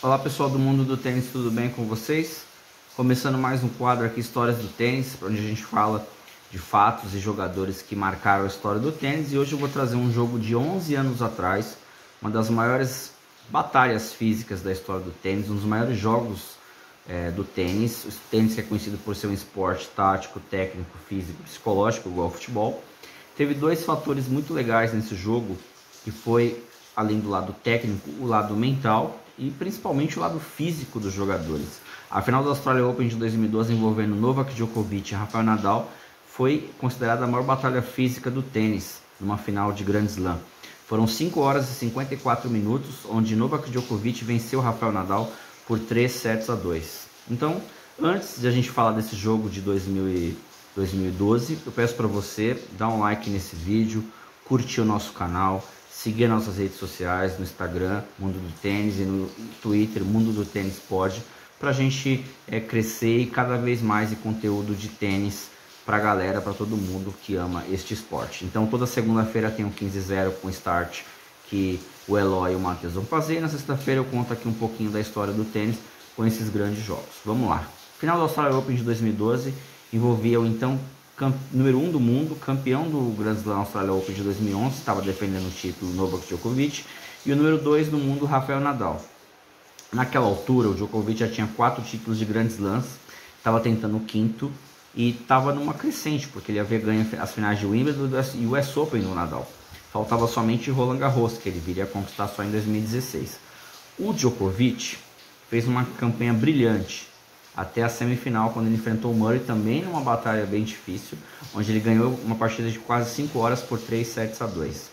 Olá pessoal do mundo do tênis, tudo bem com vocês? Começando mais um quadro aqui, Histórias do Tênis, onde a gente fala de fatos e jogadores que marcaram a história do tênis. E hoje eu vou trazer um jogo de 11 anos atrás, uma das maiores batalhas físicas da história do tênis, um dos maiores jogos do tênis. O tênis que é conhecido por ser um esporte tático, técnico, físico, psicológico, igual ao futebol. Teve dois fatores muito legais nesse jogo, que foi, além do lado técnico, o lado mental e principalmente o lado físico dos jogadores. A final do Australian Open de 2012, envolvendo Novak Djokovic e Rafael Nadal, foi considerada a maior batalha física do tênis, numa final de Grand Slam. Foram 5 horas e 54 minutos, onde Novak Djokovic venceu Rafael Nadal por 3-2. Então, antes de a gente falar desse jogo de 2012, eu peço para você dar um like nesse vídeo, curtir o nosso canal, seguir nossas redes sociais, no Instagram, Mundo do Tênis, e no Twitter, Mundo do Tênis Pod, para a gente crescer e cada vez mais em conteúdo de tênis para a galera, para todo mundo que ama este esporte. Então toda segunda-feira tem um 15-0 com start que o Eloy e o Matheus vão fazer. Na sexta-feira eu conto aqui um pouquinho da história do tênis com esses grandes jogos. Vamos lá. Final do Australian Open de 2012 envolvia o então número 1 do mundo, campeão do Grand Slam Australian Open de 2011, estava defendendo o título, Novak Djokovic, e o número 2 do mundo, Rafael Nadal. Naquela altura, o Djokovic já tinha 4 títulos de Grand Slams, estava tentando o 5º e estava numa crescente, porque ele havia ganho as finais de Wimbledon e o US Open do Nadal. Faltava somente Roland Garros, que ele viria a conquistar só em 2016. O Djokovic fez uma campanha brilhante até a semifinal, quando ele enfrentou o Murray, também numa batalha bem difícil, onde ele ganhou uma partida de quase 5 horas por 3-2.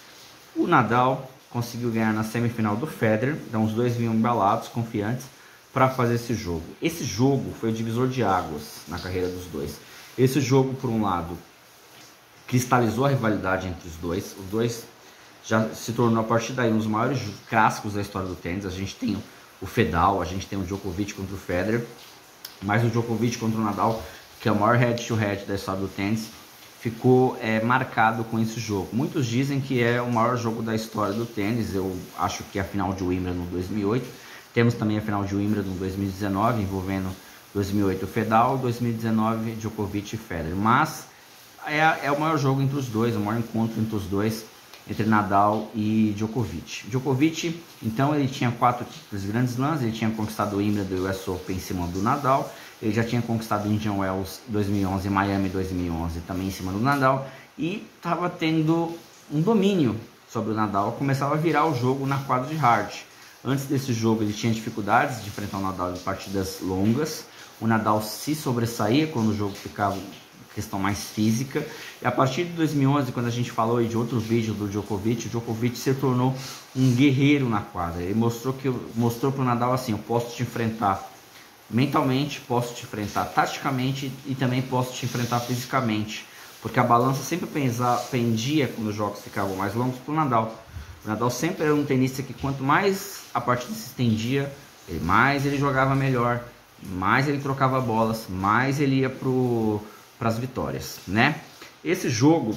O Nadal conseguiu ganhar na semifinal do Federer, então os dois vinham embalados, confiantes, para fazer esse jogo. Esse jogo foi o divisor de águas na carreira dos dois. Esse jogo, por um lado, cristalizou a rivalidade entre os dois já se tornou a partir daí um dos maiores clássicos da história do tênis. A gente tem o Fedal, a gente tem o Djokovic contra o Federer, mas o Djokovic contra o Nadal, que é o maior head-to-head da história do tênis, ficou marcado com esse jogo. Muitos dizem que é o maior jogo da história do tênis. Eu acho que é a final de Wimbledon 2008. Temos também a final de Wimbledon 2019, envolvendo 2008 o Fedal, 2019 Djokovic e Federer. Mas é o maior jogo entre os dois, o maior encontro entre os dois, entre Nadal e Djokovic. Djokovic, então, ele tinha 4 títulos de Grand Slams, ele tinha conquistado o Wimbledon e o US Open em cima do Nadal, ele já tinha conquistado o Indian Wells 2011 e Miami 2011 também em cima do Nadal, e estava tendo um domínio sobre o Nadal, começava a virar o jogo na quadra de hard. Antes desse jogo ele tinha dificuldades de enfrentar o Nadal em partidas longas, o Nadal se sobressaía quando o jogo ficava questão mais física, e a partir de 2011, quando a gente falou aí de outro vídeo do Djokovic, o Djokovic se tornou um guerreiro na quadra. Ele mostrou para o Nadal assim: eu posso te enfrentar mentalmente, posso te enfrentar taticamente e também posso te enfrentar fisicamente, porque a balança sempre pendia quando os jogos ficavam mais longos para o Nadal. O Nadal sempre era um tenista que quanto mais a partida se estendia, mais ele jogava melhor, mais ele trocava bolas, mais ele ia para as vitórias, né? Esse jogo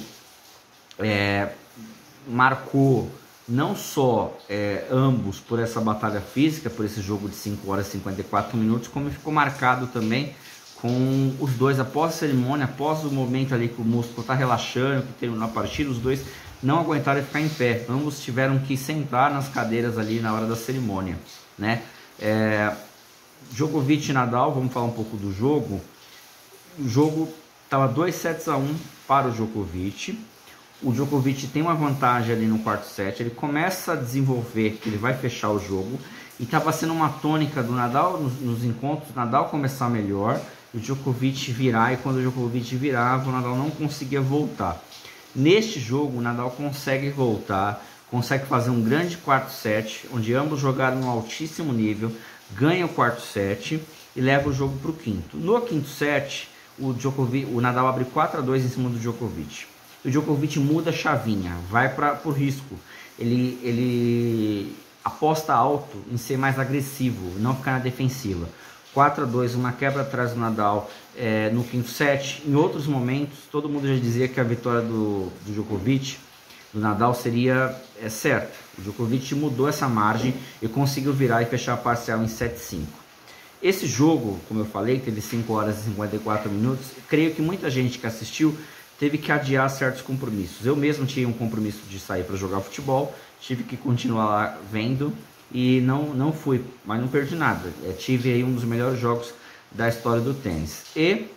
marcou não só ambos por essa batalha física, por esse jogo de 5 horas e 54 minutos, como ficou marcado também com os dois após a cerimônia, após o momento ali que o músculo está relaxando, que terminou a partida, os dois não aguentaram ficar em pé, ambos tiveram que sentar nas cadeiras ali na hora da cerimônia, né? Djokovic e Nadal, vamos falar um pouco do jogo. O jogo estava 2-1 para o Djokovic. O Djokovic tem uma vantagem ali no quarto set, ele começa a desenvolver que ele vai fechar o jogo, e estava sendo uma tônica do Nadal nos encontros, o Nadal começar melhor, o Djokovic virar, e quando o Djokovic virava, o Nadal não conseguia voltar. Neste jogo, o Nadal consegue voltar, consegue fazer um grande quarto set, onde ambos jogaram no altíssimo nível, ganha o quarto set e leva o jogo para o quinto. No quinto set, o Nadal abre 4-2 em cima do Djokovic. O Djokovic muda a chavinha, vai para o risco. Ele aposta alto em ser mais agressivo, não ficar na defensiva. 4-2, uma quebra atrás do Nadal no quinto set. Em outros momentos, todo mundo já dizia que a vitória do Djokovic, do Nadal, seria certa. O Djokovic mudou essa margem e conseguiu virar e fechar a parcial em 7-5. Esse jogo, como eu falei, teve 5 horas e 54 minutos. Creio que muita gente que assistiu teve que adiar certos compromissos. Eu mesmo tinha um compromisso de sair para jogar futebol, tive que continuar lá vendo e não fui, mas não perdi nada. Tive aí um dos melhores jogos da história do tênis. E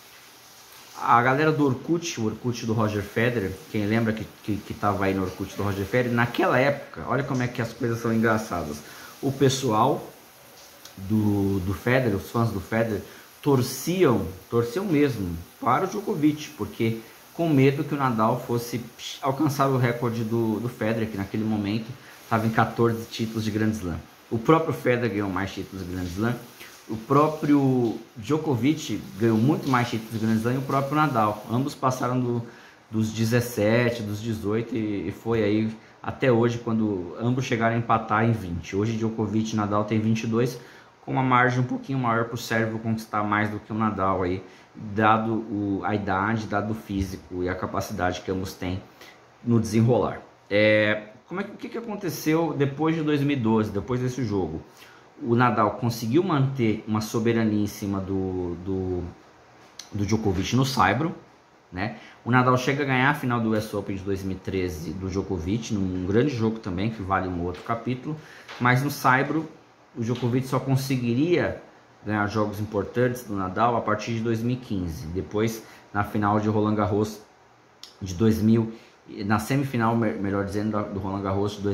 a galera do Orkut, o Orkut do Roger Federer, quem lembra que tava aí no Orkut do Roger Federer, naquela época, olha como é que as coisas são engraçadas. O pessoal do Federer, os fãs do Federer, torciam mesmo para o Djokovic, porque com medo que o Nadal fosse alcançar o recorde do Federer, que naquele momento estava em 14 títulos de Grand Slam. O próprio Federer ganhou mais títulos de Grand Slam, o próprio Djokovic ganhou muito mais títulos de Grand Slam e o próprio Nadal. Ambos passaram dos 17, dos 18 e foi aí até hoje, quando ambos chegaram a empatar em 20. Hoje Djokovic e Nadal tem 22, com uma margem um pouquinho maior para o sérvio conquistar mais do que o Nadal aí, dado a idade, dado o físico e a capacidade que ambos têm no desenrolar. O que aconteceu depois de 2012, depois desse jogo? O Nadal conseguiu manter uma soberania em cima do Djokovic no saibro, né? O Nadal chega a ganhar a final do US Open de 2013 do Djokovic, num grande jogo também, que vale um outro capítulo, mas no saibro o Djokovic só conseguiria ganhar jogos importantes do Nadal a partir de 2015. Depois, na final de Roland Garros de 2000, na semifinal, melhor dizendo, do Roland Garros de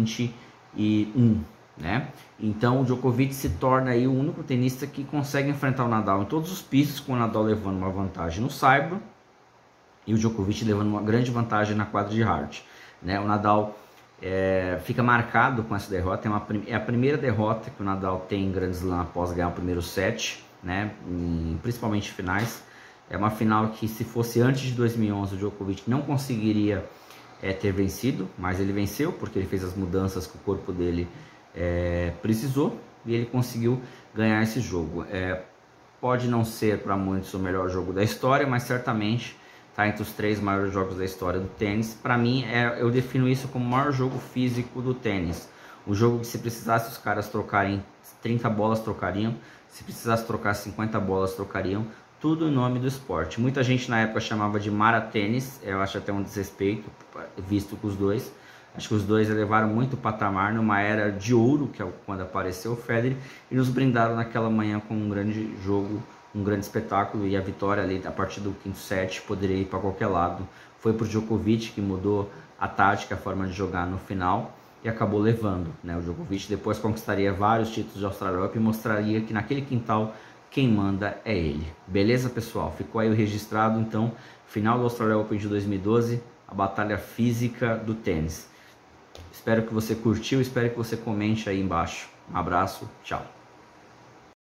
2021, né? Então o Djokovic se torna aí o único tenista que consegue enfrentar o Nadal em todos os pistas, com o Nadal levando uma vantagem no saibro e o Djokovic levando uma grande vantagem na quadra de hard, né? O Nadal fica marcado com essa derrota, é a primeira derrota que o Nadal tem em Grand Slam após ganhar o primeiro set, né? Principalmente finais. É uma final que, se fosse antes de 2011, o Djokovic não conseguiria ter vencido, mas ele venceu porque ele fez as mudanças que o corpo dele precisou e ele conseguiu ganhar esse jogo. Pode não ser para muitos o melhor jogo da história, mas certamente está entre os 3 maiores jogos da história do tênis. Para mim, eu defino isso como o maior jogo físico do tênis. O jogo que, se precisasse os caras trocarem 30 bolas, trocariam. Se precisasse trocar 50 bolas, trocariam. Tudo em nome do esporte. Muita gente na época chamava de maratênis. Eu acho até um desrespeito, visto com os dois. Acho que os dois elevaram muito o patamar numa era de ouro, que é quando apareceu o Federer, e nos brindaram naquela manhã com um grande jogo, um grande espetáculo, e a vitória ali a partir do quinto set poderia ir para qualquer lado. Foi para o Djokovic, que mudou a tática, a forma de jogar no final e acabou levando, né? O Djokovic depois conquistaria vários títulos de Australian Open e mostraria que naquele quintal quem manda é ele. Beleza, pessoal? Ficou aí o registrado, então, final do Australian Open de 2012, a batalha física do tênis. Espero que você curtiu, espero que você comente aí embaixo. Um abraço, tchau.